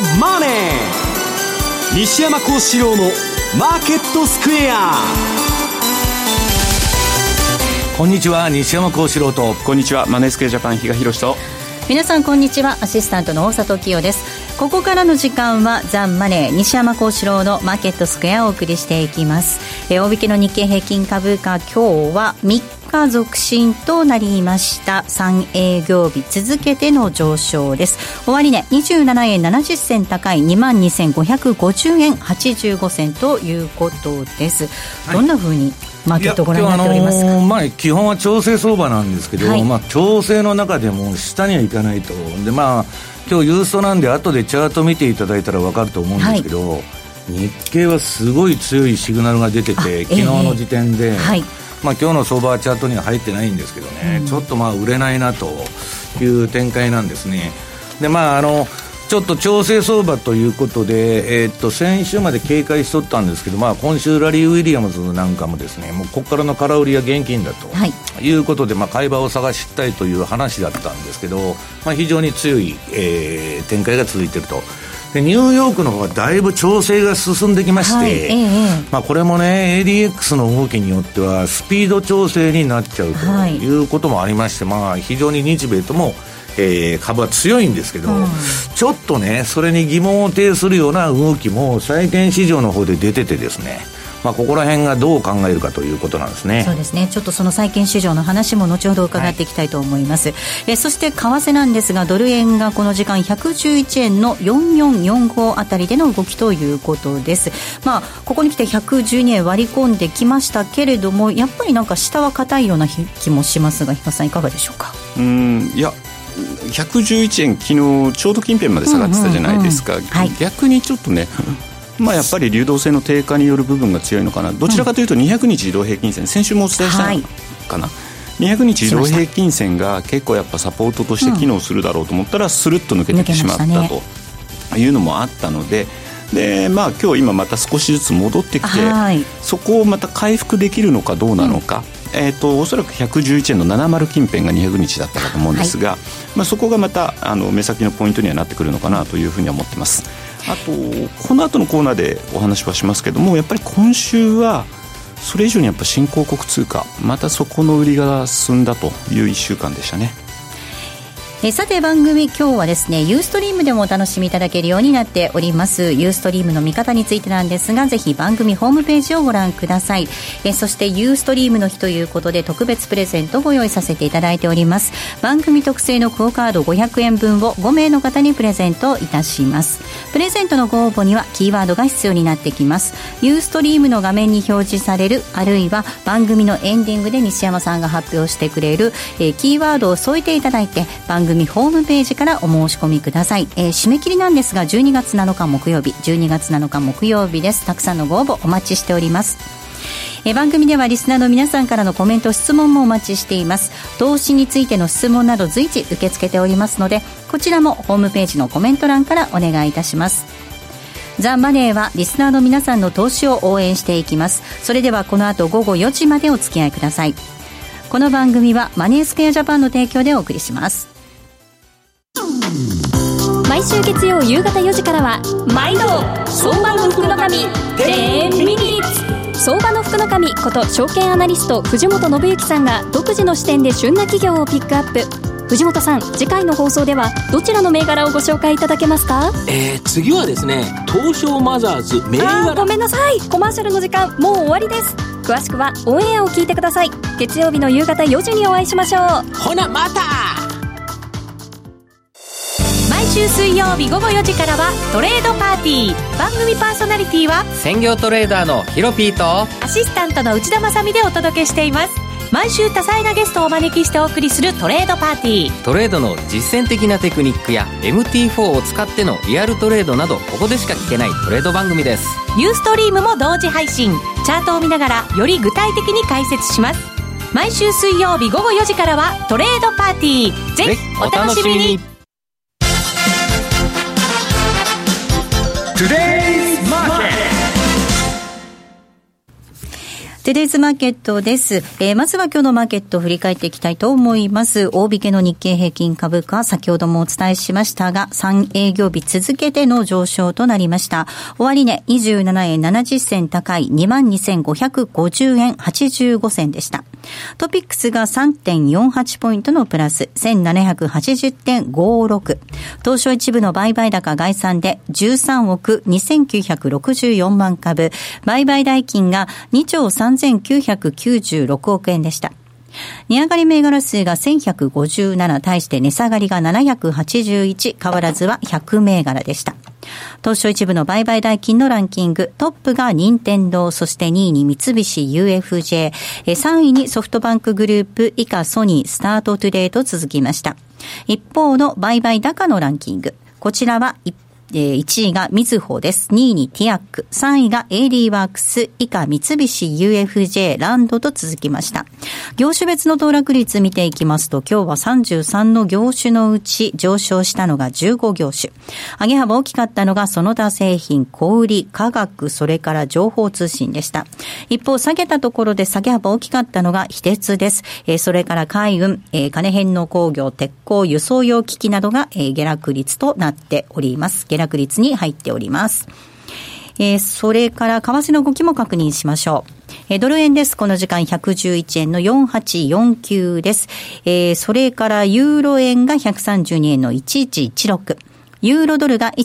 マネー」、西山幸四郎のマーケットスクエア。 こんにちは、西山幸四郎と。 こんにちは、マネースクエアジャパン比嘉宏と。 皆さんこんにちは、アシスタントの大里清です。ここからの時間はザ・マネー西山幸四郎のマーケットスクエアをお送りしていきます。大引けの日経平均株価、今日は3日続伸となりました。3営業日続けての上昇です。終値27円70銭高い 22,550 円85銭ということです。どんな風にマーケットご覧になっておりますか？ 基本は調整相場なんですけど、調整の中でも下にはいかないと。で今日ユーストなんで後でチャート見ていただいたら分かると思うんですけど、日経はすごい強いシグナルが出てて、昨日の時点で、今日の相場はチャートには入ってないんですけどね、ちょっと売れないなという展開なんですね。でちょっと調整相場ということで、先週まで警戒しとったんですけど、今週ラリー・ウィリアムズなんかもですね、もうここからの空売りは現金だと、いうことで、買い場を探したいという話だったんですけど、非常に強い、展開が続いていると。でニューヨークの方はだいぶ調整が進んできまして、これもね ADX の動きによってはスピード調整になっちゃうということもありまして、非常に日米とも株は強いんですけど、ちょっとねそれに疑問を呈するような動きも債券市場の方で出ててですね、ここら辺がどう考えるかということなんですね。 そうですね、ちょっとその債券市場の話も後ほど伺っていきたいと思います。そして為替なんですが、ドル円がこの時間111円の4445あたりでの動きということです。ここに来て112円割り込んできましたけれども、やっぱりなんか下は硬いような気もしますが、比嘉さんいかがでしょうか？ いや111円昨日ちょうど近辺まで下がってたじゃないですか。逆にちょっとねやっぱり流動性の低下による部分が強いのかな。どちらかというと200日移動平均線、先週もお伝えしたのかな、200日移動平均線が結構やっぱサポートとして機能するだろうと思ったらスルッと抜けてしまったというのもあったので、今日また少しずつ戻ってきて、そこをまた回復できるのかどうなのか、おそらく111円の70近辺が200日だったかと思うんですが、そこがまた目先のポイントにはなってくるのかなというふうには思ってます。あとこの後のコーナーでお話はしますけども、やっぱり今週はそれ以上にやっぱ新興国通貨、またそこの売りが進んだという1週間でしたね。 さて番組今日はですねユーストリームでもお楽しみいただけるようになっております。ユーストリームの見方についてなんですが、ぜひ番組ホームページをご覧ください。そしてユーストリームの日ということで特別プレゼントをご用意させていただいております。番組特製のクオカード500円分を5名の方にプレゼントいたします。プレゼントのご応募にはキーワードが必要になってきます。ユーストリームの画面に表示される、あるいは番組のエンディングで西山さんが発表してくれる、キーワードを添えていただいて番組ホームページからお申し込みください。締め切りなんですが12月7日木曜日です。たくさんのご応募お待ちしております。番組ではリスナーの皆さんからのコメント質問もお待ちしています。投資についての質問など随時受け付けておりますので、こちらもホームページのコメント欄からお願いいたします。ザ・マネーはリスナーの皆さんの投資を応援していきます。それではこの後午後4時までお付き合いください。この番組はマネースクエアジャパンの提供でお送りします。 毎週月曜夕方4時からは毎度相場の福の神10ミニッツ。相場の福の神こと証券アナリスト藤本信之さんが独自の視点で旬な企業をピックアップ。藤本さん、次回の放送ではどちらの銘柄をご紹介いただけますか？ 次はですね、東証マザーズ銘柄。 ごめんなさい、コマーシャルの時間もう終わりです。詳しくはオンエアを聞いてください。月曜日の夕方4時にお会いしましょう。 ほなまた。 毎週水曜日午後4時からはトレードパーティー。番組パーソナリティは専業トレーダーのヒロピーとアシスタントの内田まさみでお届けしています。毎週多彩なゲストをお招きしてお送りするトレードパーティー。 トレードの実践的なテクニックや MT4 を使ってのリアルトレードなど、ここでしか聞けないトレード番組です。 ユーストリームも同時配信。チャートを見ながらより具体的に解説します。毎週水曜日午後4時からはトレードパーティー。ぜひお楽しみに。 テレーズマーケットです。まずは今日のマーケットを振り返っていきたいと思います。大引けの日経平均株価、先ほどもお伝えしましたが、3営業日続けての上昇となりました。終値27円70銭高い 22,550 円85銭でした。トピックスが 3.48 ポイントのプラス 1780.56。東証一部の売買高概算で13億2964万株。売買代金が2兆3996億円でした。値上がり銘柄数が1157、対して値下がりが781、変わらずは100銘柄でした。東証一部の売買代金のランキング、トップが任天堂、そして2位に三菱 UFJ、3位にソフトバンクグループ、以下ソニー、スタートトゥデイと続きました。一方の売買高のランキング、こちらは1位がみずほです。2位にティアック、3位が AD ワークス、以下三菱 UFJ ランドと続きました。業種別の騰落率見ていきますと、今日は33の業種のうち上昇したのが15業種。上げ幅大きかったのがその他製品、小売、化学、それから情報通信でした。一方、下げたところで下げ幅大きかったのが非鉄です。それから海運、金編の工業、鉄鋼、輸送用機器などが下落率となっております。下落率に入っております。それから為替の動きも確認しましょう。ドル円です。この時間111円の4849です。それからユーロ円が132円の1116。ユーロドルが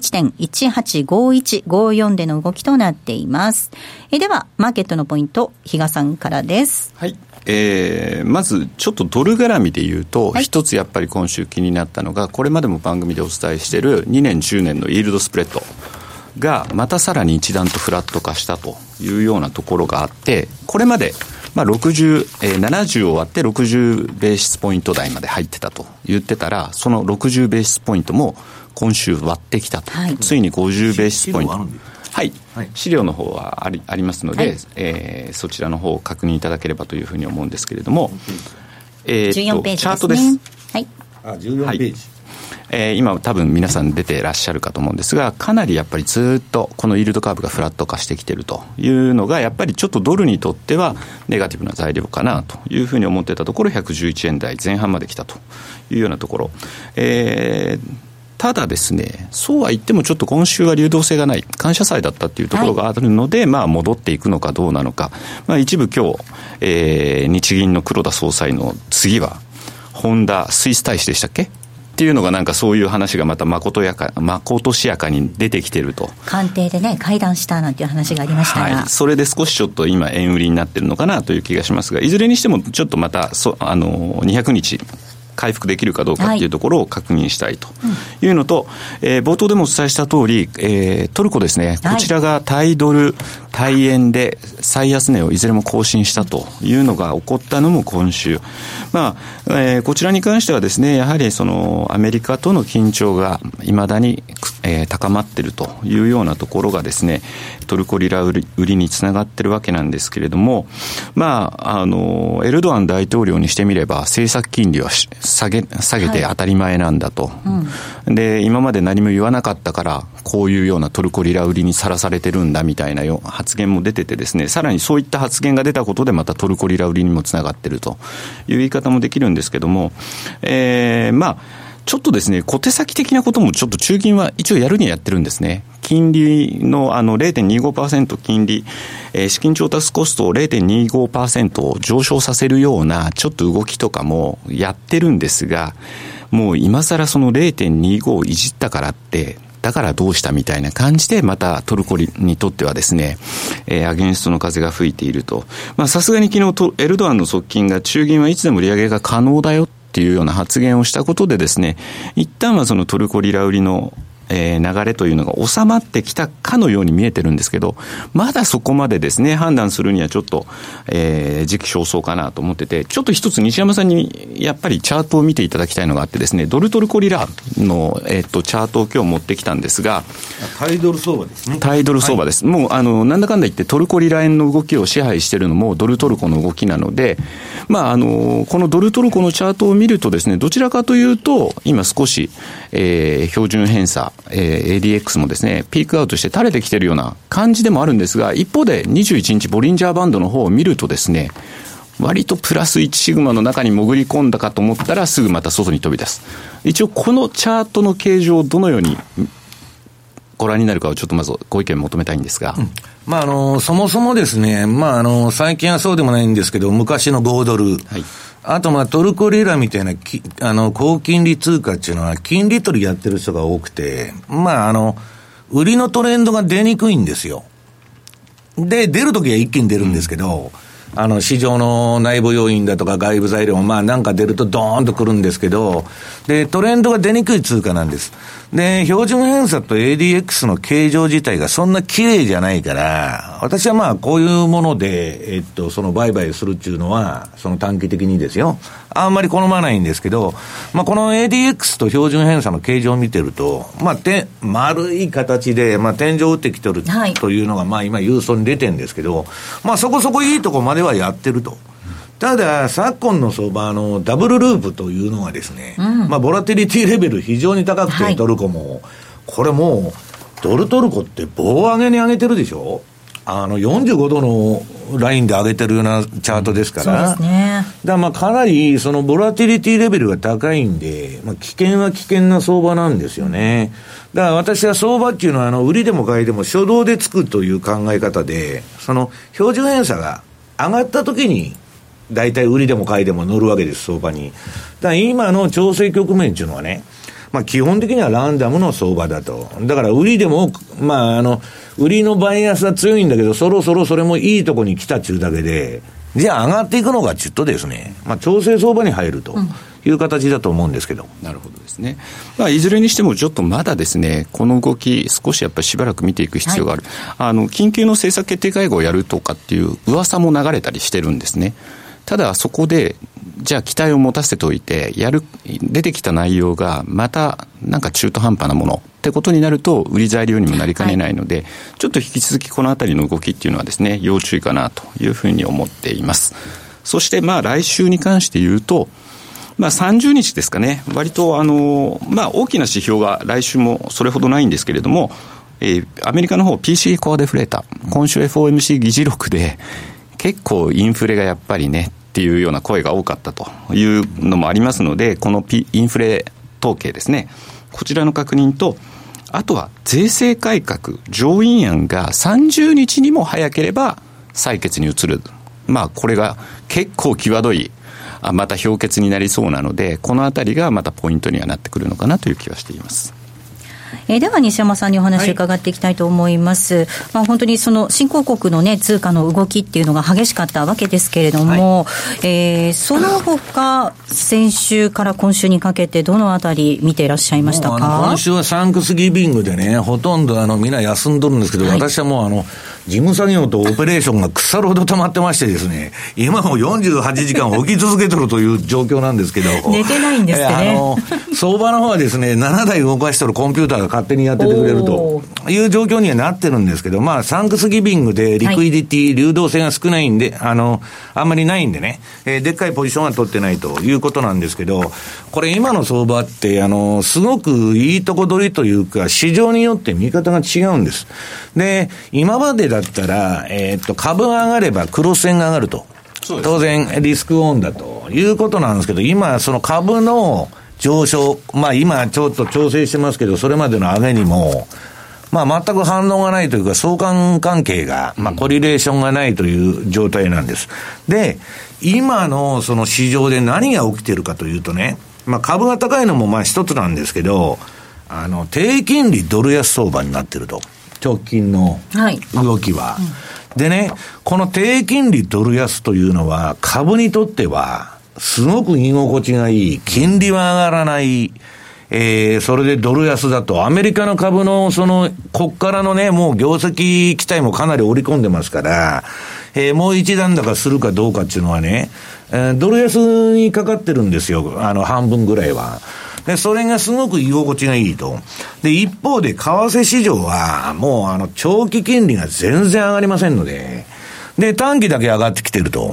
1.185154 での動きとなっています。ではマーケットのポイント、比嘉さんからです。 はい。まずちょっとドル絡みで言うと、一つやっぱり今週気になったのが、これまでも番組でお伝えしている2年10年のイールドスプレッドがまたさらに一段とフラット化したというようなところがあって、これまで70を割って60ベーシスポイント台まで入ってたと言ってたら、その60ベーシスポイントも今週割ってきたと、ついに50ベーシスポイント、はい、資料の方はありますので、そちらの方を確認いただければというふうに思うんですけれども、 14ページですね。 チャートです。 はい。 14ページ。 今多分皆さん出てらっしゃるかと思うんですが、かなりやっぱりずっとこのイールドカーブがフラット化してきているというのが、やっぱりちょっとドルにとってはネガティブな材料かなというふうに思っていたところ、111円台前半まで来たというようなところ、ただですね、そうは言ってもちょっと今週は流動性がない感謝祭だったっていうところがあるので、戻っていくのかどうなのか、一部今日、日銀の黒田総裁の次はホンダスイス大使でしたっけっていうのが、なんかそういう話がまたまことしやかに出てきてると。 官邸でね会談したなんていう話がありましたが、 それで少しちょっと今円売りになってるのかなという気がしますが、いずれにしてもちょっとまた200日回復できるかどうかっていうところを確認したいというのと、冒頭でもお伝えした通り、トルコですね、こちらが対ドル対円で最安値をいずれも更新したというのが起こったのも今週、こちらに関してはですね、やはりそのアメリカとの緊張がいまだに、高まっているというようなところがですね、トルコリラ売りにつながっているわけなんですけれども、エルドアン大統領にしてみれば政策金利は下げて当たり前なんだと、で今まで何も言わなかったからこういうようなトルコリラ売りにさらされてるんだみたいな発言も出ててですね、さらにそういった発言が出たことでまたトルコリラ売りにもつながってるという言い方もできるんですけども、ちょっとですね、小手先的なこともちょっと中銀は一応やるにはやってるんですね。金利の0.25% 金利、資金調達コストを 0.25% を上昇させるようなちょっと動きとかもやってるんですが、もう今更その 0.25 をいじったからってだからどうしたみたいな感じで、またトルコにとってはですね、アゲンストの風が吹いていると。さすがに昨日エルドアンの側近が中銀はいつでも利上げが可能だよっていうような発言をしたことでですね、一旦はそのトルコリラ売りの流れというのが収まってきたかのように見えてるんですけど、まだそこまでですね判断するにはちょっと、時期尚早かなと思ってて、ちょっと一つ西山さんにやっぱりチャートを見ていただきたいのがあってですね、ドルトルコリラの、チャートを今日持ってきたんですが、 対ドル相場ですね。 対ドル相場です、もうなんだかんだ言ってトルコリラ円の動きを支配しているのもドルトルコの動きなので、このドルトルコのチャートを見るとですね、どちらかというと今少し、標準偏差 ADX もですね、ピークアウトして垂れてきてるような感じでもあるんですが、一方で21日ボリンジャーバンドの方を見るとですね、割とプラス1シグマの中に潜り込んだかと思ったらすぐまた外に飛び出す。一応このチャートの形状をどのようにご覧になるかをちょっとまずご意見求めたいんですが、 そもそもですね、最近はそうでもないんですけど、昔の5ドル、はい、あとトルコリラみたいな高金利通貨っていうのは金利取りやってる人が多くて、売りのトレンドが出にくいんですよ。で、出るときは一気に出るんですけど、市場の内部要因だとか外部材料もなんか出るとドーンと来るんですけど、で、トレンドが出にくい通貨なんです。で、標準偏差と ADX の形状自体がそんな綺麗じゃないから、私はこういうもので、その売買するっていうのは、その短期的にですよ、あんまり好まないんですけど、この ADX と標準偏差の形状を見てると、丸い形で、天井を打ってきてるというのが、今郵送に出てるんですけど、そこそこいいとこまではやってると。ただ、昨今の相場ダブルループというのはですね、ボラティリティレベル非常に高くて、トルコも、これもう、ドルトルコって棒上げに上げてるでしょ。45度のラインで上げてるようなチャートですから、 そうですね。 だからかなりそのボラティリティレベルが高いんで、危険は危険な相場なんですよね。だから私は相場っていうのは売りでも買いでも初動でつくという考え方で、その標準偏差が上がった時に大体売りでも買いでも乗るわけです、相場に。だから今の調整局面っていうのはね、基本的にはランダムの相場だと。だから売りでも、売りのバイアスは強いんだけど、そろそろそれもいいとこに来たっちゅうだけで、じゃあ上がっていくのがちょっとですね、調整相場に入るという形だと思うんですけど。 なるほどですね。いずれにしてもちょっとまだですね、この動き少しやっぱりしばらく見ていく必要がある。はい、緊急の政策決定会合をやるとかっていう噂も流れたりしてるんですね。ただそこでじゃあ期待を持たせておいて出てきた内容がまたなんか中途半端なものってことになると売り材料にもなりかねないので、ちょっと引き続きこのあたりの動きっていうのはですね、要注意かなというふうに思っています。そして来週に関して言うと、30日ですかね、割と大きな指標が来週もそれほどないんですけれども、アメリカの方 PCE コアデフレーター、今週 FOMC 議事録で結構インフレがやっぱりねっていうような声が多かったというのもありますので、このインフレ統計ですね、こちらの確認と、あとは税制改革上院案が30日にも早ければ採決に移る、これが結構際どいまた評決になりそうなので、このあたりがまたポイントにはなってくるのかなという気はしています。 では西山さんにお話を伺っていきたいと思います。本当にその新興国のね、通貨の動きっていうのが激しかったわけですけれども、その他先週から今週にかけてどのあたり見ていらっしゃいましたか？ 今週はサンクスギビングでね、ほとんどみんな休んどるんですけど、私はもう事務作業とオペレーションが腐るほど溜まってましてですね、今も48時間起き続けてるという状況なんですけど寝てないんですってね。 相場の方はですね、7台動かしてるコンピューターが勝手にやっててくれるという状況にはなってるんですけど、サンクスギビングでリクイディティ、流動性が少ないんで、あんまりないんでね、でっかいポジションは取ってないということなんですけど、これ今の相場ってすごくいいとこ取りというか、市場によって見方が違うんです。で、今までだったら、株が上がればクロス円が上がると、当然リスクオンだということなんですけど、今その株の上昇、今ちょっと調整してますけど、それまでの上げにも全く反応がないというか、相関関係が、コリレーションがないという状態なんです。で、今のその市場で何が起きてるかというとね、株が高いのも一つなんですけど、低金利ドル安相場になってると、直近の動きは、でね、この低金利ドル安というのは株にとってはすごく居心地がいい、金利は上がらない、それでドル安だと、アメリカの株のこっからのね、もう業績期待もかなり織り込んでますから、もう一段高するかどうかっていうのはね、ドル安にかかってるんですよ、半分ぐらいは。で、それがすごく居心地がいいと。で、一方で為替市場はもう長期金利が全然上がりませんので、で、短期だけ上がってきてると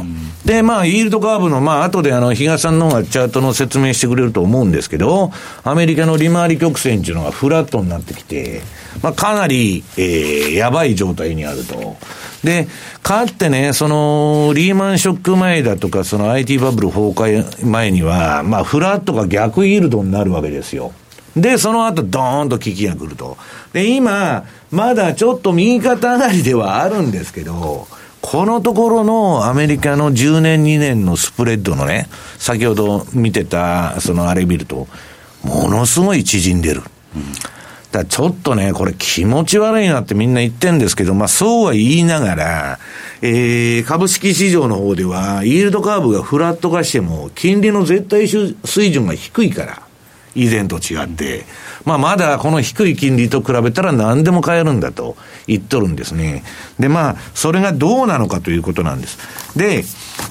で、イールドカーブの、後で比嘉さんの方がチャートの説明してくれると思うんですけど、アメリカの利回り曲線っていうのがフラットになってきて、かなり、やばい状態にあると。で、かつてね、リーマンショック前だとか、IT バブル崩壊前には、フラットが逆イールドになるわけですよ。で、その後、ドーンと危機が来ると。で、今、まだちょっと右肩上がりではあるんですけど、このところのアメリカの10年2年のスプレッドのね、先ほど見てた、あれ見ると、ものすごい縮んでる。だからちょっとね、これ気持ち悪いなってみんな言ってんですけど、そうは言いながら、株式市場の方では、イールドカーブがフラット化しても、金利の絶対水準が低いから、以前と違って、まだこの低い金利と比べたら何でも買えるんだと言っとるんですね。で、それがどうなのかということなんです。で、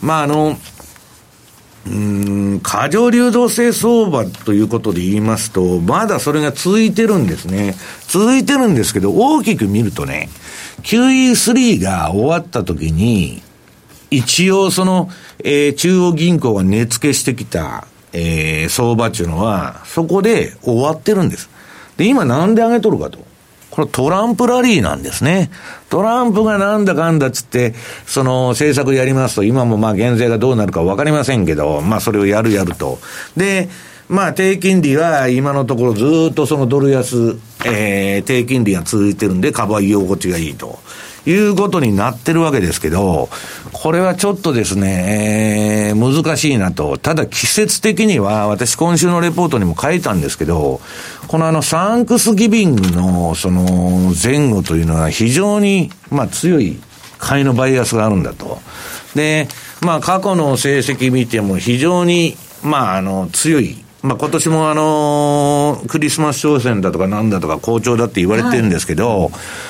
過剰流動性相場ということで言いますと、まだそれが続いてるんですね。続いてるんですけど、大きく見るとね、QE3 が終わった時に、一応中央銀行が値付けしてきた、相場っていうのは、そこで終わってるんです。で、今なんで上げとるかと。これトランプラリーなんですね。トランプがなんだかんだつって、政策やりますと、今も減税がどうなるかわかりませんけど、それをやると。で、低金利は今のところずっとドル安、低金利が続いてるんで株は居心地がいいと。いうことになってるわけですけど、これはちょっとですね、難しいなと。ただ季節的には、私今週のレポートにも書いたんですけど、このサンクスギビングの前後というのは非常に強い買いのバイアスがあるんだと。で、過去の成績見ても非常に強い。今年もクリスマス商戦だとかなんだとか好調だって言われてるんですけど、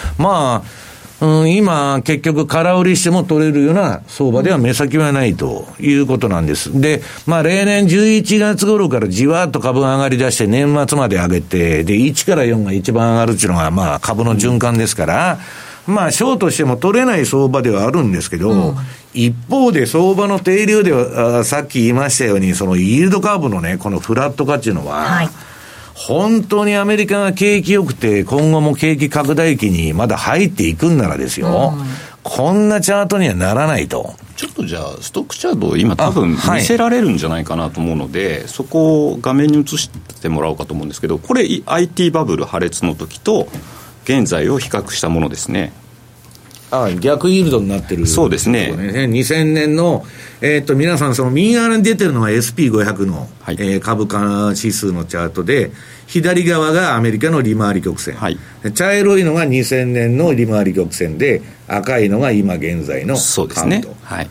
今、結局、空売りしても取れるような相場では目先はないということなんです。で、例年11月頃からじわっと株が上がり出して年末まで上げて、で、1から4が一番上がるっていうのが、株の循環ですから、ショートしても取れない相場ではあるんですけど、一方で相場の定流では、さっき言いましたように、イールドカーブのね、このフラット化っていうのは、本当にアメリカが景気良くて今後も景気拡大期にまだ入っていくんならですよ、こんなチャートにはならないと。 ちょっとじゃあストックチャートを今多分見せられるんじゃないかなと思うので、そこを画面に映してもらおうかと思うんですけど、これ IT バブル破裂の時と現在を比較したものですね。 逆イールドになってる。 そうですね。 2000年の、皆さん右側に出てるのが SP500 の、株価指数のチャートで、左側がアメリカの利回り曲線。茶色いのが2000年の利回り曲線で、赤いのが今現在のカウント。 そうですね。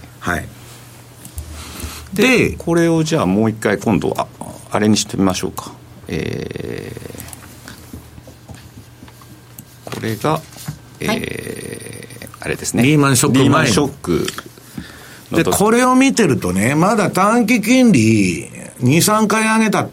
で、これをじゃあもう一回今度あれにしてみましょうか。これが、あれですね、 リーマンショック前のリーマンショックで、これを見てるとね、まだ短期金利 2,3 回上げたって、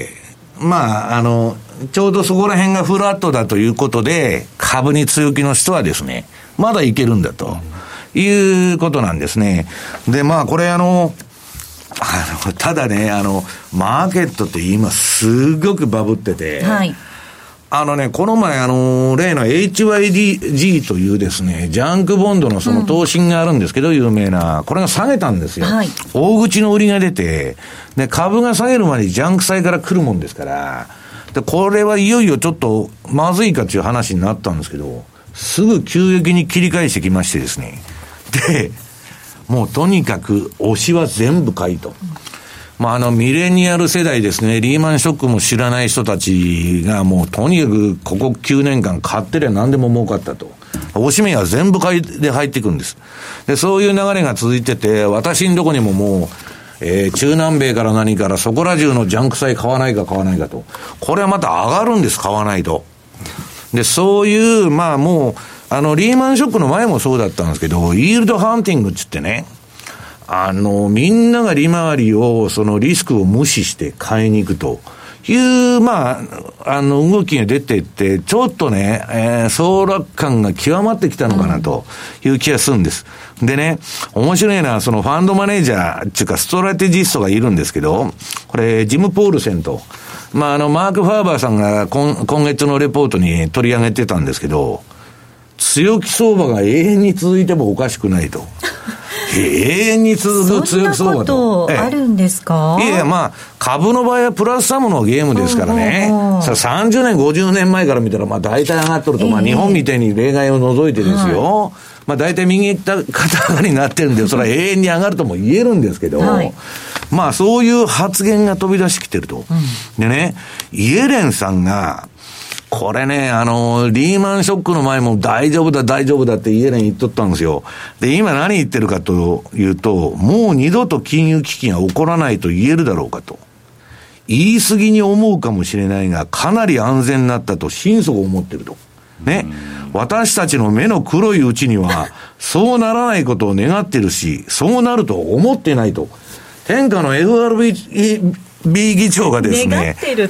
ちょうどそこら辺がフラットだということで、株に強気の人はですね、まだいけるんだということなんですね。で、これただね、マーケットって今すごくバブってて、この前例の HYG というですね、ジャンクボンドの投信があるんですけど、有名な、これが下げたんですよ。大口の売りが出て、で、株が下げるまでジャンク債から来るもんですから、で、これはいよいよちょっとまずいかという話になったんですけど、すぐ急激に切り返してきましてですね。で、もうとにかく推しは全部買いと。ミレニアル世代ですね、リーマンショックも知らない人たちがもうとにかくここ9年間買ってりゃ何でも儲かったと。おしめは全部買いで入っていくんです。で、そういう流れが続いてて、私のとこにももう、中南米から何からそこら中のジャンク債買わないかと。これはまた上がるんです、買わないと。で、そういう、もう、リーマンショックの前もそうだったんですけど、イールドハンティングって言ってね、みんなが利回りを、リスクを無視して買いに行くという、動きが出ていって、ちょっとね、総楽感が極まってきたのかなという気がするんです。でね、面白いのは、そのファンドマネージャーっていうか、ストラテジストがいるんですけど、これ、ジム・ポールセンと、マーク・ファーバーさんが今月のレポートに取り上げてたんですけど、強気相場が永遠に続いてもおかしくないと。永遠に続く強気相場と。 そんなことあるんですか？ いや、株の場合はプラスサムのゲームですからね。30年、50年前から見たら、大体上がっとると、日本みたいに例外を除いてですよ。大体右肩上がりになってるんで、それは永遠に上がるとも言えるんですけど、そういう発言が飛び出してきてると。でね、イエレンさんが、これね、リーマンショックの前も大丈夫だってイエレン言っとったんですよ。で、今何言ってるかというと、もう二度と金融危機が起こらないと言えるだろうかと。言い過ぎに思うかもしれないが、かなり安全になったと心底思ってると。ね。私たちの目の黒いうちには、そうならないことを願ってるし、そうなると思ってないと。天下の FRB 議長がですね、 願ってるって。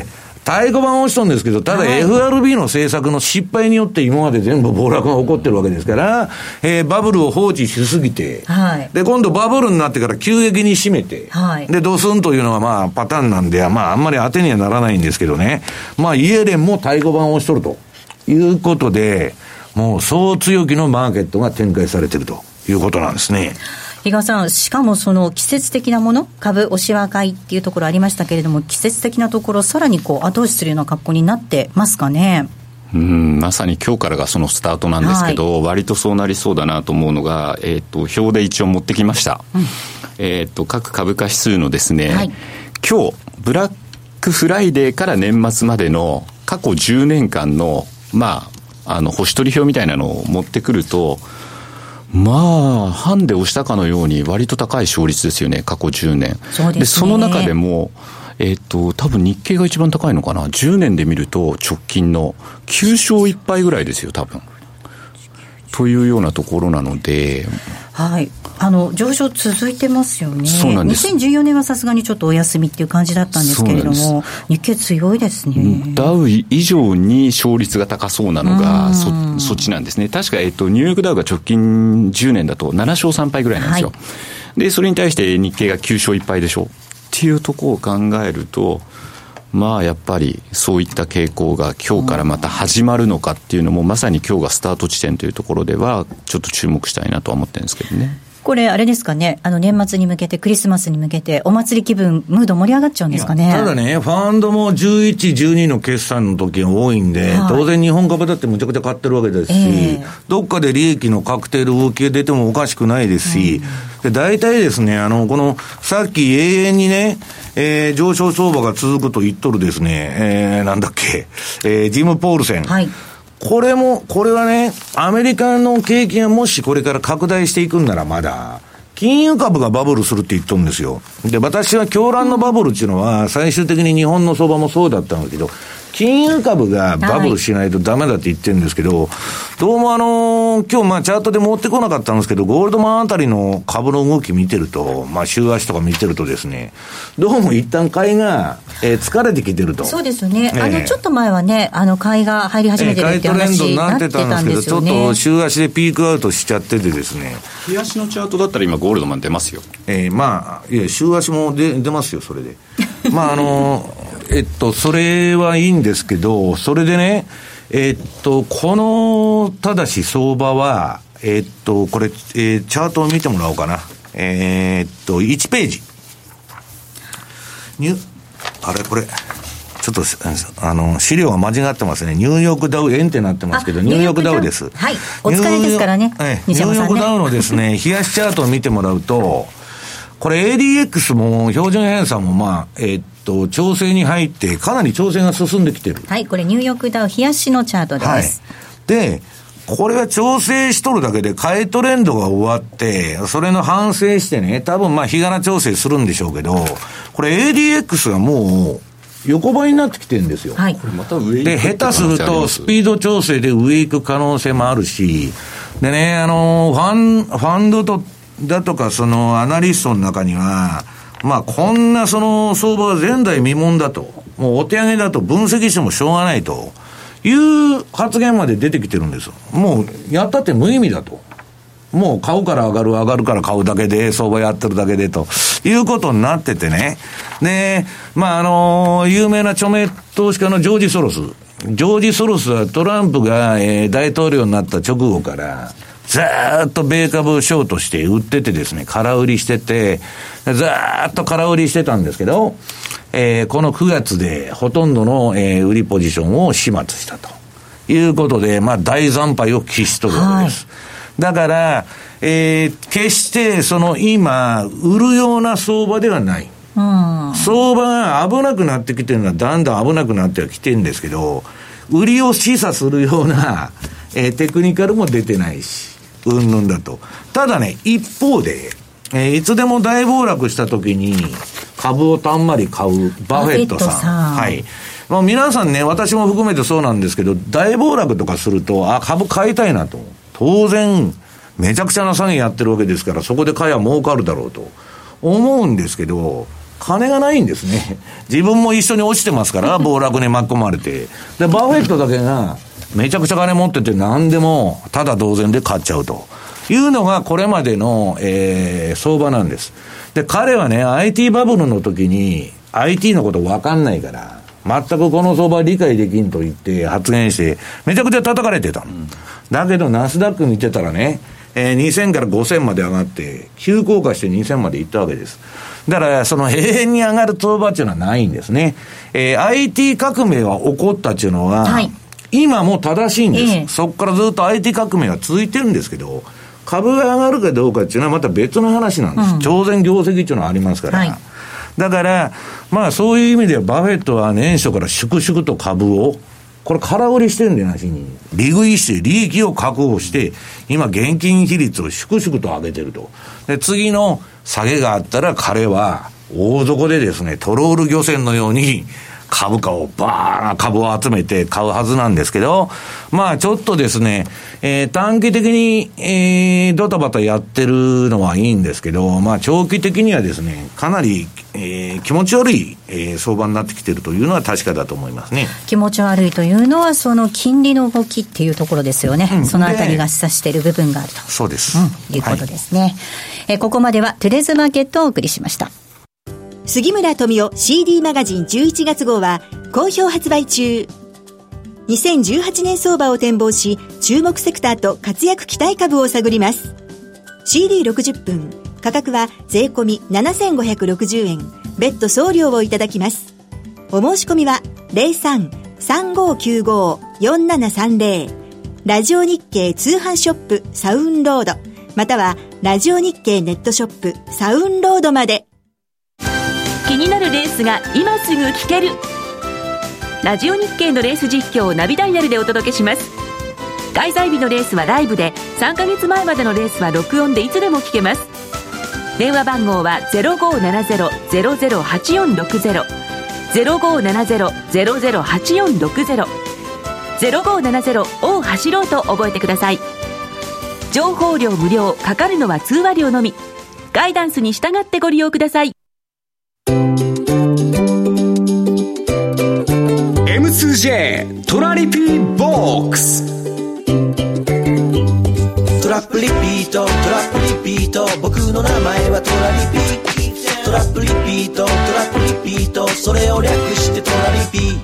太鼓判を押しとんですけど、ただ FRB の政策の失敗によって今まで全部暴落が起こってるわけですから、バブルを放置しすぎて、で、今度バブルになってから急激に締めて、で、ドスンというのがパターンなんで、あんまり当てにはならないんですけどね、イエレンも太鼓判を押しとるということで、もう総強気のマーケットが展開されているということなんですね。 比嘉さん、しかもその季節的なもの、株押し上がりっていうところありましたけれども、季節的なところさらに後押しするような格好になってますかね。 まさに今日からがそのスタートなんですけど、割とそうなりそうだなと思うのが、表で一応持ってきました。各株価指数のですね、今日ブラックフライデーから年末までの過去10年間の星取り表みたいなのを持ってくると、ハンデ押したかのように割と高い勝率ですよね、過去10年。 そうですね。 で、その中でも、多分日経が一番高いのかな。10年で見ると直近の9勝1敗ぐらいですよ、多分。というようなところなので。 上昇続いてますよね。 そうなんです。 2014年はさすがにちょっとお休みっていう感じだったんですけれども、日経強いですね。 ダウ以上に勝率が高そうなのがそっちなんですね。確か、ニューヨークダウが直近10年だと7勝3敗ぐらいなんですよ。で、それに対して日経が9勝1敗でしょっていうところを考えると、やっぱりそういった傾向が今日からまた始まるのかっていうのも、まさに今日がスタート地点というところではちょっと注目したいなとは思ってるんですけどね。 これあれですかね、年末に向けてクリスマスに向けてお祭り気分ムード盛り上がっちゃうんですかね。 ただね、ファンドも11、12の決算の時が多いんで、当然日本株だってむちゃくちゃ買ってるわけですし、どっかで利益の確定の動きが出てもおかしくないですし、で大体ですね、このさっき永遠にね、上昇相場が続くと言っとるですね、ジム・ポールセン。これはね、アメリカの景気がもしこれから拡大していくんならまだ、金融株がバブルするって言っとるんですよ。で、私は狂乱のバブルっていうのは、最終的に日本の相場もそうだったんだけど、金融株がバブルしないとダメだって言ってるんですけど、どうも今日チャートで持ってこなかったんですけど、ゴールドマンあたりの株の動き見てると、週足とか見てるとですね、どうも一旦買いが、疲れてきてると。 そうですよね。ちょっと前はね、買いが入り始めてるって話になってたんですよね。 ちょっと週足でピークアウトしちゃっててですね。 日足のチャートだったら今ゴールドマン出ますよ。 いや、週足も出ますよ、それで。それはいいんですけど、それでね、この、ただし相場は、これ、チャートを見てもらおうかな。1ページ。これ、ちょっと、資料が間違ってますね。ニューヨークダウ円ってなってますけど、ニューヨークダウです。 お疲れですからね。 ニューヨークダウのですね、冷やしチャートを見てもらうと、これ ADX も標準偏差も調整に入ってかなり調整が進んできてる。 これニューヨークダウ冷やしのチャートです。 で、これは調整しとるだけで買いトレンドが終わって、それの反省してね、多分日柄調整するんでしょうけど、これ ADX がもう横ばいになってきてるんですよ。 これまた上で、下手するとスピード調整で上行く可能性もあるし、でね、ファンドだとかそのアナリストの中には、 こんなその相場は前代未聞だと、もうお手上げだと分析してもしょうがないという発言まで出てきてるんです。もうやったって無意味だと。もう買うから上がる、上がるから買うだけで、相場やってるだけでということになっててね。で、有名な著名投資家のジョージ・ソロス。ジョージ・ソロスはトランプが、大統領になった直後から、ずーっと米株をショートして売っててですね、空売りしてて、ずーっと空売りしてたんですけど、この9月でほとんどの、売りポジションを始末したということで、大惨敗を喫しとるわけです。だから、決してその今、売るような相場ではない。相場が危なくなってきてるのはだんだん危なくなってはきてるんですけど、売りを示唆するような、テクニカルも出てないし、うんぬんだと。ただね、一方で、いつでも大暴落した時に株をたんまり買うバフェットさん。はい。皆さんね、私も含めてそうなんですけど、大暴落とかすると、株買いたいなと。当然、めちゃくちゃな詐欺やってるわけですから、そこで買えば儲かるだろうと思うんですけど、金がないんですね。自分も一緒に落ちてますから、暴落に巻き込まれて。で、バフェットだけが、めちゃくちゃ金持ってて何でもただ同然で買っちゃうというのがこれまでの、相場なんです。で、彼はね、IT バブルの時に IT のこと分かんないから、全くこの相場理解できんと言って発言して、めちゃくちゃ叩かれてたの。だけどナスダック見てたらね、2000から5000まで上がって、急降下して2000まで行ったわけです。だから、その永遠に上がる相場っていうのはないんですね。IT 革命は起こったっていうのは、はい、今も正しいんです。そこからずっと IT 革命は続いてるんですけど、株が上がるかどうかっていうのはまた別の話なんです。当然業績っていうのはありますから。はい、だから、そういう意味ではバフェットは年初から粛々と株を、これ空売りしてるんでなしに、利食いして利益を確保して、今現金比率を粛々と上げてると。で、次の下げがあったら彼は大底でですね、トロール漁船のように、株価を株を集めて買うはずなんですけど、ちょっとですね、短期的に、ドタバタやってるのはいいんですけど、長期的にはですね、かなり、気持ち悪い、相場になってきてるというのは確かだと思いますね。 気持ち悪いというのはその金利の動きっていうところですよね。そのあたりが示唆している部分があると。 そうです。 いうことですね。はい、ここまではトゥデイズマーケットをお送りしました。 杉村富夫 CD マガジン11月号は好評発売中。2018年相場を展望し、注目セクターと活躍期待株を探ります。CD60 分、価格は税込み7560円、別途送料をいただきます。お申し込みは 03-3595-4730 ラジオ日経通販ショップサウンロード、またはラジオ日経ネットショップサウンロードまで。 気になるレースが今すぐ聞ける。ラジオ日経のレース実況をナビダイヤルでお届けします。開催日のレースはライブで、3ヶ月前までのレースは録音でいつでも聞けます。電話番号は 0570-008460 0570-008460 0570を走ろうと覚えてください。情報料無料、かかるのは通話料のみ。ガイダンスに従ってご利用ください。 M2J トラリピーボックス。 トラップリピート、トラップリピート、僕の名前はトラリピ。トラップリピート、トラップリピート、それを略してトラリピ。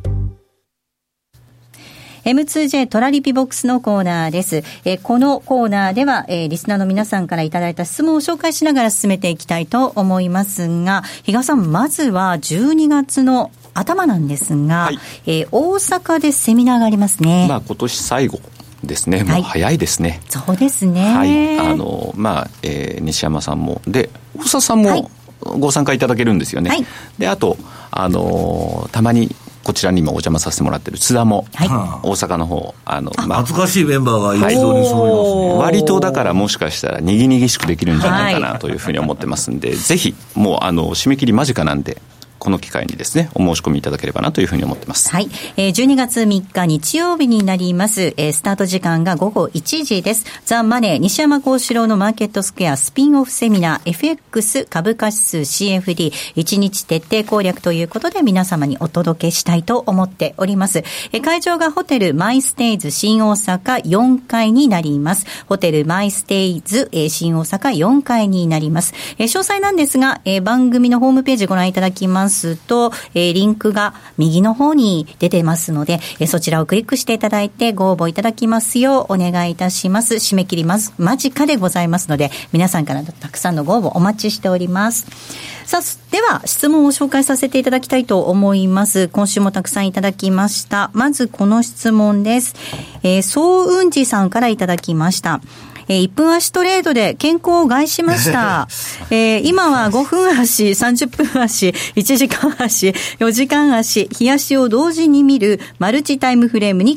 M2J トラリピボックスのコーナーです。このコーナーでは、リスナーの皆さんからいただいた質問を紹介しながら進めていきたいと思いますが、比嘉さん、まずは12月の頭なんですが、はい、大阪でセミナーがありますね。 今年最後ですね。もう早いですね。 はい、そうですね。 はい。西山さんもで大沢さんもご参加いただけるんですよね。はい、であとたまにこちらにもお邪魔させてもらってる津田も、はい、大阪の方懐かしいメンバーが一堂にそういますね。 割とだからもしかしたらにぎにぎしくできるんじゃないかなというふうに思ってますんで、ぜひもう締め切り間近なんでこの機会にですね、お申し込みいただければなというふうに思ってます。 はい。12月3日日曜日になります。スタート時間が午後1時です。ザ・マネー西山幸四郎のマーケットスクエアスピンオフセミナー FX 株価指数 CFD 1日徹底攻略ということで皆様にお届けしたいと思っております。会場がホテルマイステイズ新大阪4階になります。ホテルマイステイズ新大阪4階になります。詳細なんですが、番組のホームページご覧いただきますと、リンクが右の方に出てますので、そちらをクリックしていただいてご応募いただきますようお願いいたします。締め切り間近でございますので、皆さんからたくさんのご応募お待ちしております。さあ、では質問を紹介させていただきたいと思います。今週もたくさんいただきました。まずこの質問です。総雲寺さんからいただきました。1分足トレードで健康を害しました。今は5分足、30分足、1時間足、4時間足、日足を同時に見るマルチタイムフレーム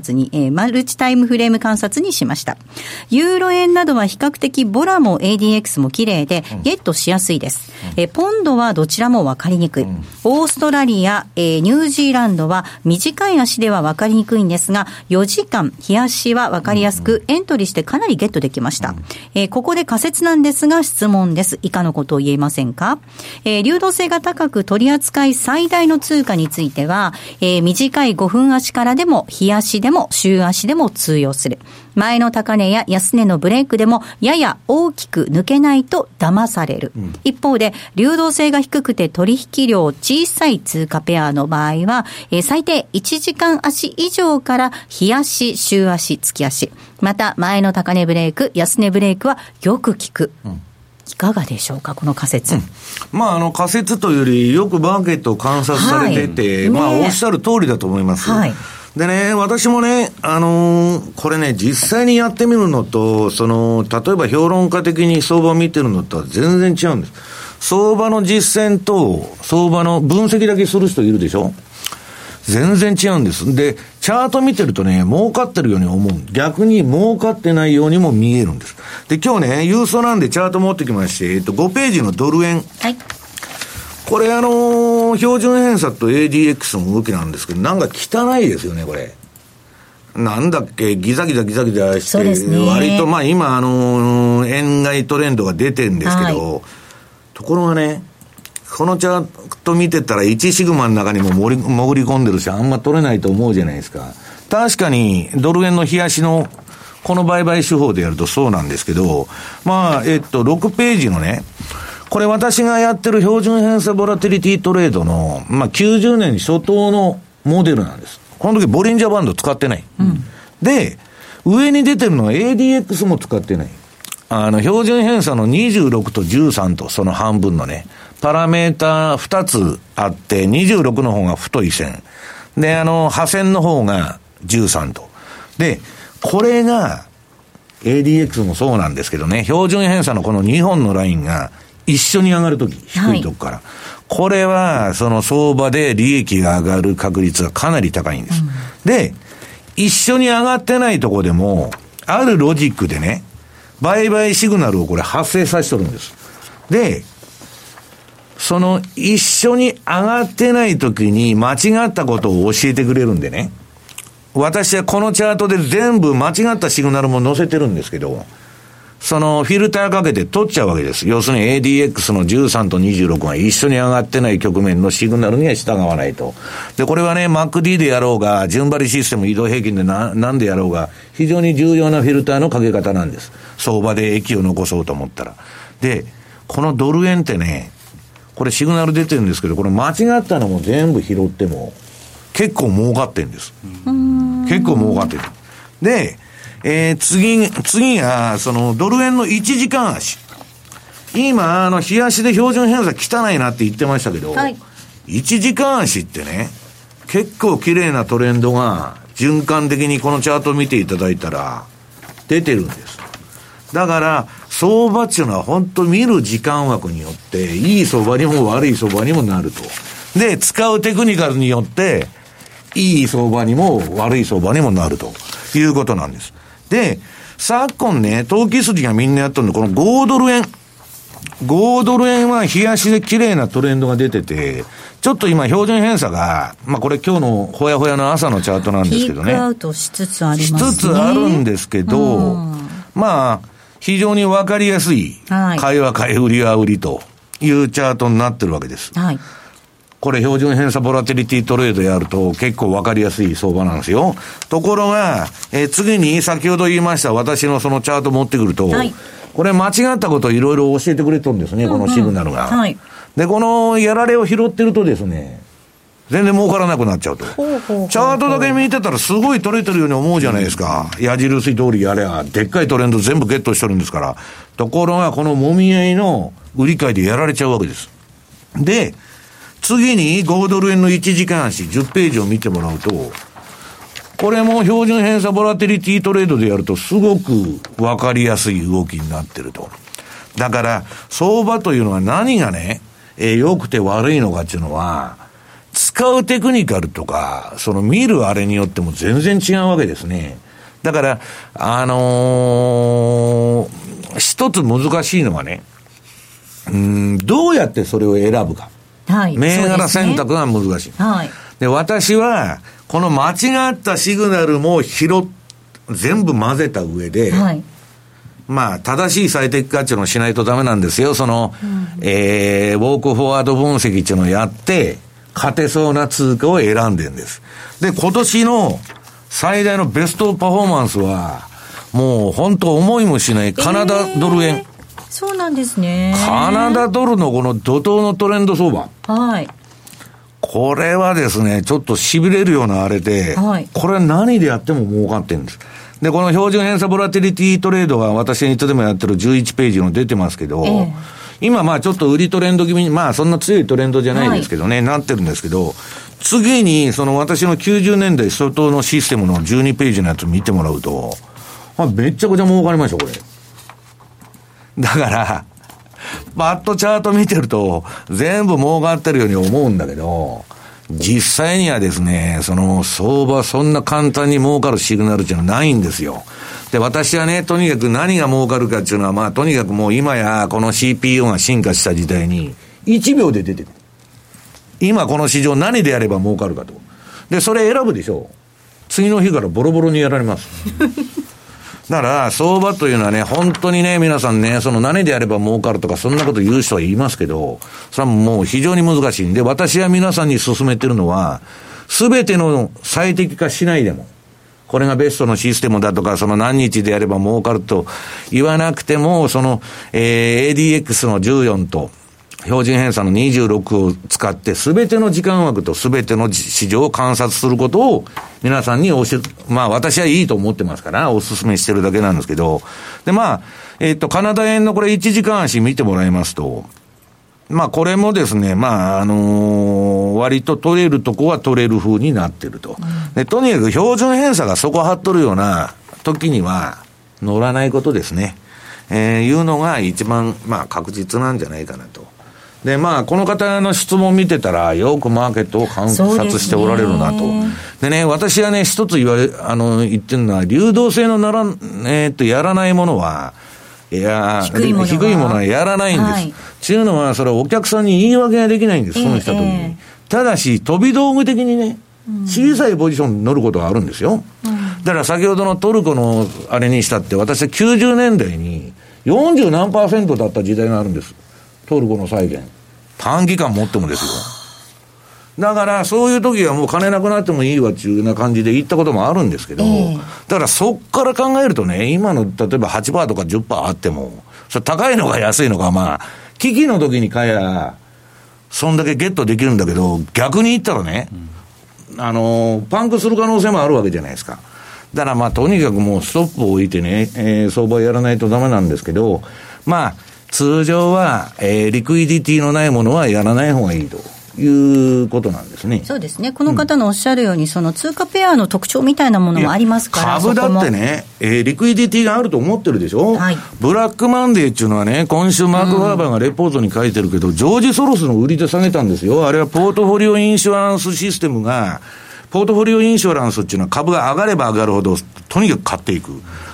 観察にしました。ユーロ円などは比較的ボラも ADX も綺麗でゲットしやすいです。ポンドはどちらも分かりにくい。オーストラリア、ニュージーランドは短い足では分かりにくいんですが、4時間、日足は分かりやすく、エントリーしてかなりゲットできました。ここで仮説なんですが質問です。以下のことを言えませんか？流動性が高く取り扱い最大の通貨については、短い5分足からでも日足でも週足でも通用する。前の高値や安値のブレイクでもやや大きく抜けないと騙される。一方で流動性が低くて取引量小さい通貨ペアの場合は、最低1時間足以上から日足、週足、月足、また前の高値ブレイク、安値ブレイクはよく効く。いかがでしょうか、この仮説。 仮説というよりよくマーケットを観察されてて、おっしゃる通りだと思います。でね、私もね、これね、実際にやってみるのと、例えば評論家的に相場を見てるのとは全然違うんです。相場の実践と相場の分析だけする人いるでしょ。全然違うんです。で、チャート見てるとね、儲かってるように思う。逆に儲かってないようにも見えるんです。で、今日ね、郵送なんでチャート持ってきまして、5ページのドル円。はい。これ標準偏差と ADX の動きなんですけど、なんか汚いですよね、これ。なんだっけ、ギザギザして、割と今円買いトレンドが出てるんですけど、ところがね、このチャート見てたら1シグマの中にも潜り込んでるし、あんま取れないと思うじゃないですか。確かにドル円の日足のこの売買手法でやるとそうなんですけど、6ページのね、これ私がやってる標準偏差ボラティリティトレードの、90年初頭のモデルなんです。この時ボリンジャーバンド使ってない。で、上に出てるのは ADX も使ってない。標準偏差の26と13とその半分のね、パラメータ2つあって、26の方が太い線。で、破線の方が13と。で、これが ADX もそうなんですけどね、標準偏差のこの2本のラインが一緒に上がるとき、低いとこから。これは、その相場で利益が上がる確率がかなり高いんです。で、一緒に上がってないとこでも、あるロジックでね、売買シグナルをこれ発生させとるんです。で、その一緒に上がってないときに間違ったことを教えてくれるんでね、私はこのチャートで全部間違ったシグナルも載せてるんですけど、そのフィルターかけて取っちゃうわけです。要するに ADX の13と26が一緒に上がってない局面のシグナルには従わないと。で、これはね、MACD でやろうが、順張りシステム移動平均でなんでやろうが、非常に重要なフィルターのかけ方なんです。相場で益を残そうと思ったら。で、このドル円ってね、これシグナル出てるんですけど、これ間違ったのも全部拾っても、結構儲かってるんです。結構儲かってる。で、次が、その、ドル円の1時間足。今、日足で標準偏差汚いなって言ってましたけど、1時間足ってね、結構綺麗なトレンドが、循環的にこのチャートを見ていただいたら、出てるんです。だから、相場っていうのは本当見る時間枠によって、いい相場にも悪い相場にもなると。で、使うテクニカルによって、いい相場にも悪い相場にもなるということなんです。で、昨今ね、投機筋がみんなやっとるのこの5ドル円。 5ドル円は冷やしで綺麗なトレンドが出てて、ちょっと今標準偏差が、まあこれ今日のほやほやの朝のチャートなんですけどね。 ピークアウトしつつありますね。 しつつあるんですけど、まあ、非常に分かりやすい、買いは買い、売りは売りというチャートになってるわけです。はい。これ標準偏差ボラティリティトレードやると結構分かりやすい相場なんですよ。ところが、次に先ほど言いました私のそのチャート持ってくると、はい、これ間違ったことをいろいろ教えてくれとるんですね、このシグナルが。はい。で、このやられを拾ってるとですね、全然儲からなくなっちゃうと。チャートだけ見てたらすごい取れてるように思うじゃないですか。矢印通りやれば、でっかいトレンド全部ゲットしてるんですから。ところが、このもみ合いの売り買いでやられちゃうわけです。で、次に5ドル円の1時間足10ページを見てもらうと、これも標準偏差ボラティリティトレードでやるとすごくわかりやすい動きになってると。だから、相場というのは何がね、良くて悪いのかっていうのは、使うテクニカルとか、その見るあれによっても全然違うわけですね。だから、一つ難しいのはね、どうやってそれを選ぶか。はい。銘柄選択が難しい。はい。で、私は、この間違ったシグナルも全部混ぜた上で、はい。まあ、正しい最適化っていうのをしないとダメなんですよ。その、ウォークフォワード分析っていうのをやって、勝てそうな通貨を選んでるんです。で、今年の最大のベストパフォーマンスは、もう本当思いもしないカナダドル円。 そうなんですね。 カナダドルのこの怒涛のトレンド相場。はい。これはですね、ちょっと痺れるようなあれで、はい、これ何でやっても儲かってるんです。で、この標準偏差ボラティリティトレードが私にいつでもやってる11ページの出てますけど、今まあちょっと売りトレンド気味に、まあそんな強いトレンドじゃないですけどね、はい、なってるんですけど、次にその私の90年代初頭のシステムの12ページのやつ見てもらうと、めっちゃくちゃ儲かりました、これ。だから、バッとチャート見てると、全部儲かってるように思うんだけど、実際にはですね、その相場そんな簡単に儲かるシグナルっていうのはないんですよ。で、私はね、とにかく何が儲かるかっていうのは、まあとにかくもう今やこの CPU が進化した時代に1秒で出てくる。今この市場何でやれば儲かるかと。で、それ選ぶでしょう。次の日からボロボロにやられます。だから相場というのはね、本当にね、皆さんね、その何でやれば儲かるとかそんなこと言う人は言いますけど、それはもう非常に難しいんで、私は皆さんに勧めてるのは、すべての最適化しないでも、これがベストのシステムだとか、その何日でやれば儲かると言わなくても、その、ADX の14と、標準偏差の26を使って全ての時間枠と全ての市場を観察することを皆さんにまあ私はいいと思ってますからお勧めしてるだけなんですけど、でまあ、カナダ円のこれ1時間足見てもらいますと、まあこれもですね、まあ割と取れるとこは取れる風になってると。で、とにかく標準偏差が底張っとるような時には乗らないことですね。いうのが一番まあ確実なんじゃないかなと。で、まあ、この方の質問見てたら、よくマーケットを観察しておられるなと。でね、私はね、一つ言ってるのは、流動性のやらないものは、低いものはやらないんです。はい、っていうのは、それはお客さんに言い訳ができないんです、損した時に。ただし、飛び道具的にね、小さいポジションに乗ることがあるんですよ。だから先ほどのトルコのあれにしたって、私は90年代に40何%だった時代があるんです。トルコの債券。短期間持ってもですよ。だからそういう時はもう金なくなってもいいわっていうような感じで言ったこともあるんですけど、だからそっから考えるとね、今の例えば 8% とか 10% あっても、それ高いのか安いのか、まあ、危機の時に買えば、そんだけゲットできるんだけど、逆に言ったらね、パンクする可能性もあるわけじゃないですか。だからまあとにかくもうストップを置いてね、相場やらないとダメなんですけど、まあ、通常は、リクイディティのないものはやらない方がいいということなんですね。 そうですね。この方のおっしゃるように、その通貨ペアの特徴みたいなものもありますから、 株だってね、リクイディティがあると思ってるでしょ、はい、ブラックマンデーっていうのはね、今週マーク・ファーバーがレポートに書いてるけど、ジョージ・ソロスの売りで下げたんですよ。あれはポートフォリオインシュアランスシステムが、ポートフォリオインシュアランスっていうのは株が上がれば上がるほど、とにかく買っていく。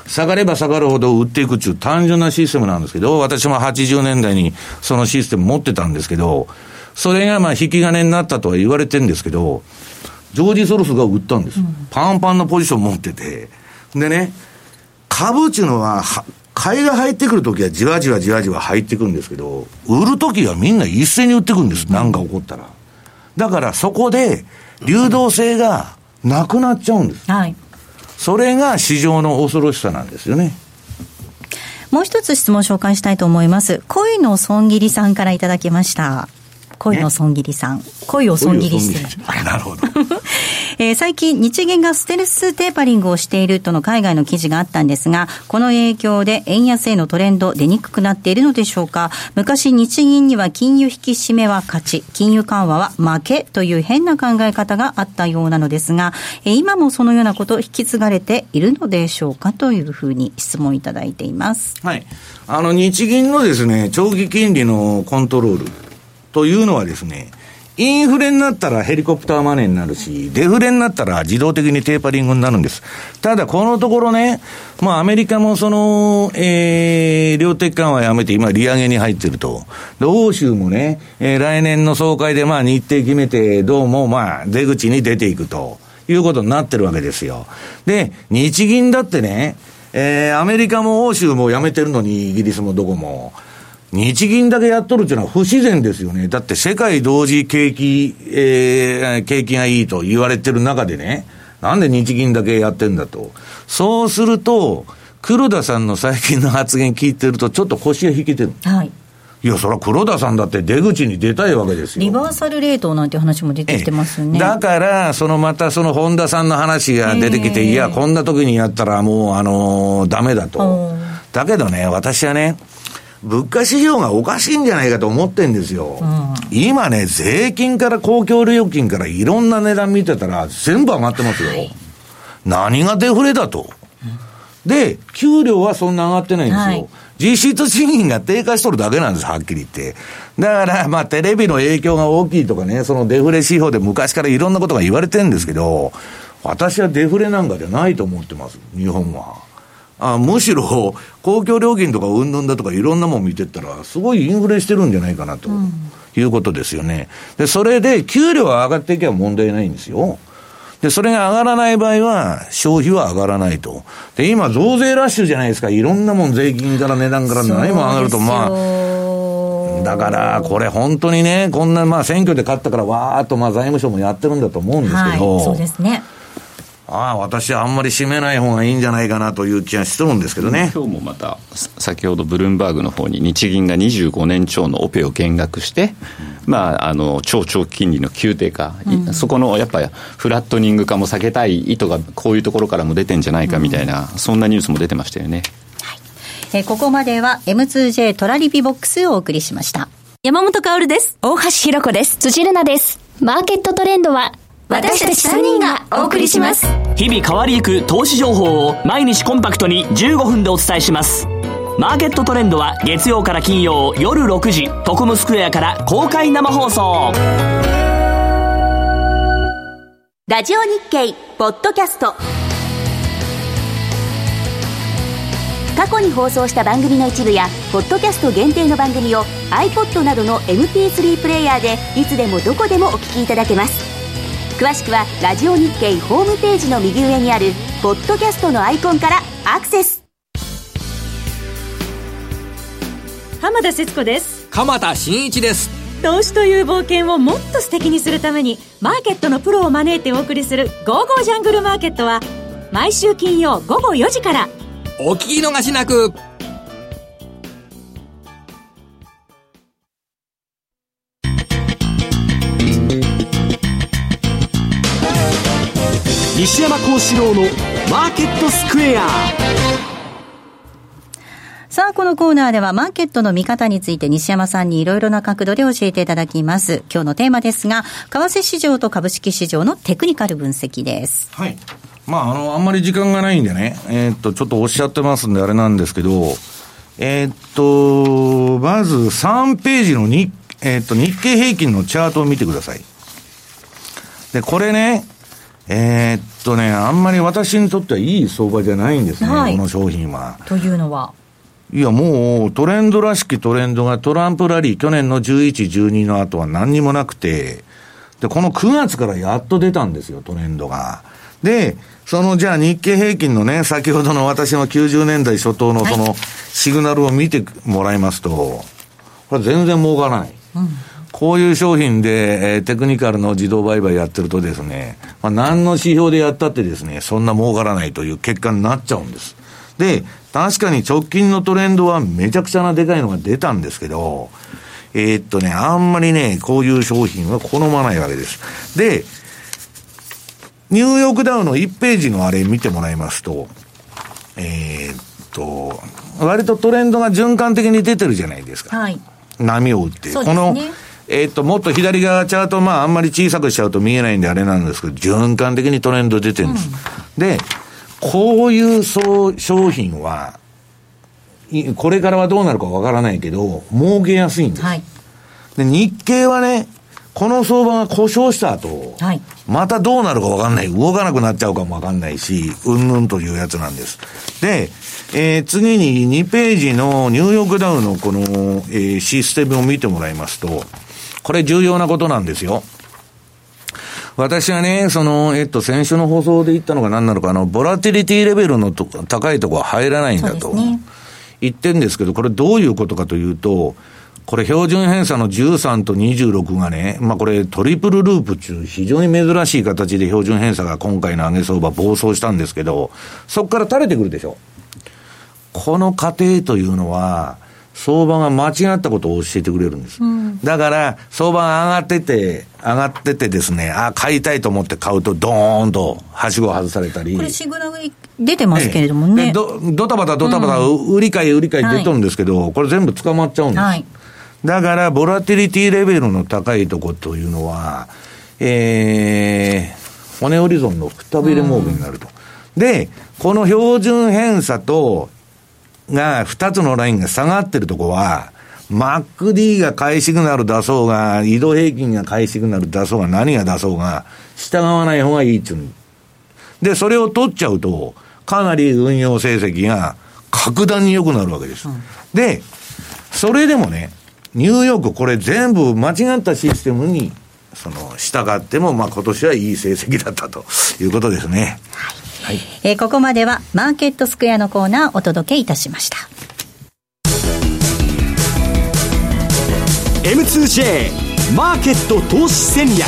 下がれば下がるほど売っていくっていう単純なシステムなんですけど、私も80年代にそのシステム持ってたんですけど、それがまあ引き金になったとは言われてるんですけど、ジョージ・ソロスが売ったんです。パンパンのポジション持ってて。でね、株っていうのは、買いが入ってくるときはじわじわじわじわ入ってくるんですけど、売るときはみんな一斉に売ってくるんです。なんか起こったら。だからそこで流動性がなくなっちゃうんです。はい。それが市場の恐ろしさなんですよね。 もう一つ質問を紹介したいと思います。恋の損切りさんからいただきました。恋の損切りさん。恋を損切りしてる。 なるほど。 最近日銀がステルステーパリングをしているとの海外の記事があったんですが、この影響で円安へのトレンド出にくくなっているのでしょうか。昔日銀には金融引き締めは勝ち、金融緩和は負けという変な考え方があったようなのですが、今もそのようなことを引き継がれているのでしょうかというふうに質問いただいています。 はい。日銀のですね、長期金利のコントロールというのはですね、インフレになったらヘリコプターマネーになるし、デフレになったら自動的にテーパリングになるんです。ただこのところね、まあアメリカもその、量的緩和やめて今利上げに入ってると。で、欧州もね、来年の総会でまあ日程決めてどうもまあ出口に出ていくということになってるわけですよ。で、日銀だってね、アメリカも欧州もやめてるのにイギリスもどこも、日銀だけやっとるっていうのは不自然ですよね。だって世界同時景気がいいと言われてる中でね、なんで日銀だけやってんだと。そうすると、黒田さんの最近の発言聞いてるとちょっと腰が引けてる。はい。いや、それは黒田さんだって出口に出たいわけですよ。 リバーサルレートなんて話も出てきてますよね。 だから、また本田さんの話が出てきて、いや、こんな時にやったらもう、ダメだと。だけどね、私はね、物価指標がおかしいんじゃないかと思ってんですよ。今ね、税金から公共料金からいろんな値段見てたら全部上がってますよ。はい、何がデフレだと。で、給料はそんな上がってないんですよ。はい、実質賃金が低下しとるだけなんです、はっきり言って。だから、まあ、テレビの影響が大きいとかね、そのデフレ指標で昔からいろんなことが言われてるんですけど、私はデフレなんかじゃないと思ってます、日本は。むしろ公共料金とかうんぬんだとかいろんなもん見てったらすごいインフレしてるんじゃないかなということですよね。で、それで給料が上がっていけば問題ないんですよ。で、それが上がらない場合は消費は上がらないと。で、今増税ラッシュじゃないですか。いろんなもん税金から値段から何も上がると、まあだからこれ本当にね、こんなまあ選挙で勝ったからわーっとまあ財務省もやってるんだと思うんですけど、 はい、そうですね。 私はあんまり締めない方がいいんじゃないかなという気がしてるんですけどね。 今日もまた先ほどブルームバーグの方に日銀が25年超のオペを減額して、超長期金利の急低下、そこのやっぱりフラットニング化も避けたい意図がこういうところからも出てんじゃないかみたいな、そんなニュースも出てましたよね。 はい、ここまでは M2J トラリピボックスをお送りしました。 山本香織です。大橋ひろ子です。 辻るなです。マーケットトレンドは私たち3人がお送りします。 日々変わりゆく投資情報を毎日コンパクトに15分でお伝えします。マーケットトレンドは月曜から金曜夜6時トコムスクエアから公開生放送。 ラジオ日経ポッドキャスト、過去に放送した番組の一部やポッドキャスト限定の番組を iPod などの MP3 プレイヤーでいつでもどこでもお聞きいただけます。詳しくはラジオ日経ホームページの右上にあるポッドキャストのアイコンからアクセス。 浜田節子です。 鎌田新一です。 投資という冒険をもっと素敵にするためにマーケットのプロを招いてお送りするゴーゴージャングルマーケットは毎週金曜午後4時から。 お聞き逃しなく。 西山幸四郎のマーケットスクエア。 さあ、このコーナーではマーケットの見方について西山さんにいろいろな角度で教えていただきます。今日のテーマですが、為替市場と株式市場のテクニカル分析です。 はい。あんまり時間がないんでね、ちょっとおっしゃってますんであれなんですけど、まず3ページの日経平均のチャートを見てください。で、これね、 あんまり私にとってはいい相場じゃないんですね、はい、この商品は。 というのは、 いやもうトレンドらしきトレンドがトランプラリー去年の11、12の後は何にもなくて、でこの9月からやっと出たんですよ、トレンドが。でじゃあ日経平均のね、先ほどの私の90年代初頭のそのシグナルを見てもらいますと、これ全然儲からない、こういう商品で、テクニカルの自動売買やってるとですね、何の指標でやったってですね、そんな儲からないという結果になっちゃうんです。で確かに直近のトレンドはめちゃくちゃなでかいのが出たんですけど、あんまりね、こういう商品は好まないわけです。でニューヨークダウの1ページのあれ見てもらいますと、割とトレンドが循環的に出てるじゃないですか。はい、波を打って。そうですね。もっと左側チャート、あんまり小さくしちゃうと見えないんであれなんですけど、循環的にトレンド出てるんです。で、こういう商品は、これからはどうなるかわからないけど、儲けやすいんです。はい、で、日経はね、この相場が故障した後、はい、またどうなるか分かんない、動かなくなっちゃうかも分かんないし、うんぬんというやつなんです。で、次に2ページのニューヨークダウのこの、システムを見てもらいますと、これ重要なことなんですよ。私はね、先週の放送で言ったのが何なのか、ボラティリティレベルの高いところは入らないんだと言ってるんですけど、これどういうことかというと、これ標準偏差の13と26がね、これトリプルループ中非常に珍しい形で標準偏差が今回の上げ相場暴走したんですけど、そこから垂れてくるでしょ。この過程というのは相場が間違ったことを教えてくれるんです。だから相場が上がっててですね、買いたいと思って買うとドーンとはしごを外されたり。 これシグナル出てますけれどもね。 ドタバタ売り買い出とるんですけど、これ全部捕まっちゃうんです。はい、だから、ボラティリティレベルの高いところというのは、骨折り損のくたびれ儲けになると。で、この標準偏差が2つのラインが下がってるところは、MACD が買いシグナル出そうが、移動平均が買いシグナル出そうが、何が出そうが、従わない方がいいっちゅう。で、それを取っちゃうと、かなり運用成績が格段に良くなるわけです。で、それでもね、ニューヨークこれ全部間違ったシステムに従っても今年はいい成績だったということですね。はい、 ここまではマーケットスクエアのコーナーお届けいたしました。 M2J マーケット投資戦略。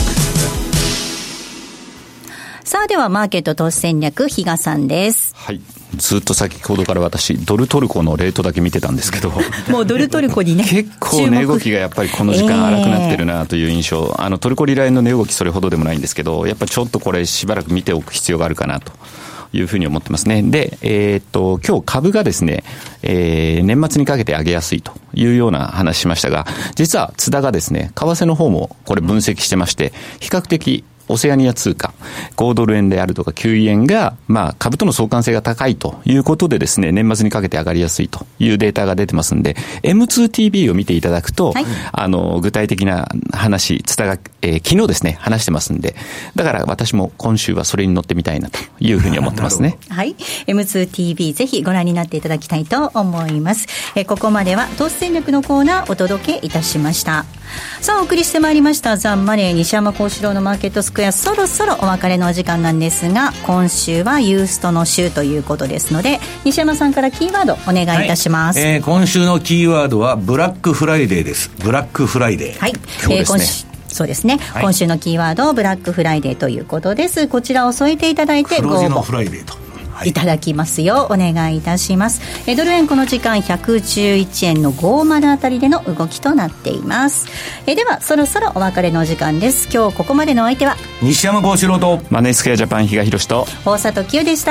さあではマーケット投資戦略、比嘉さんです。 はい、ずっと先ほどから私ドルトルコのレートだけ見てたんですけどもうドルトルコにね結構値動きがやっぱりこの時間荒くなってるなという印象、トルコリラインの値動きそれほどでもないんですけど、やっぱりちょっとこれしばらく見ておく必要があるかなというふうに思ってますね。で、今日株がですね、年末にかけて上げやすいというような話しましたが、実は津田がですね、為替の方もこれ分析してまして、比較的オセアニア通貨、5ドル円であるとか9円が、株との相関性が高いということでですね、年末にかけて上がりやすいというデータが出てますんで、M2TB を見ていただくと、はい、具体的な話、津田が、昨日ですね、話してますんで、だから私も今週はそれに乗ってみたいなというふうに思ってますね。 はい。M2TB ぜひご覧になっていただきたいと思います。ここまでは投資戦略のコーナーお届けいたしました。さあお送りしてまいりましたザ・マネー西山幸四郎のマーケットスクエア、そろそろお別れのお時間なんですが、今週はユーストの週ということですので、西山さんからキーワードお願いいたします。 はい、今週のキーワードはブラックフライデーです。ブラックフライデー、はい、今日ですね。 そうですね、はい、今週のキーワードブラックフライデーということです。こちらを添えていただいて黒字のフライデーといただきますようお願いいたします。ドル円この時間111円の50あたりでの動きとなっています。ではそろそろお別れのお時間です。今日ここまでのお相手は西山幸四郎とマネースクエアジャパン比嘉宏と大里清でした。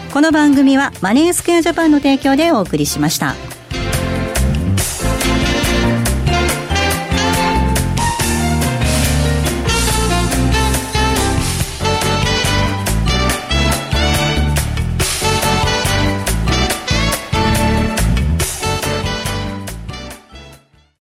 さようなら。 この番組はマネースクエアジャパンの提供でお送りしました。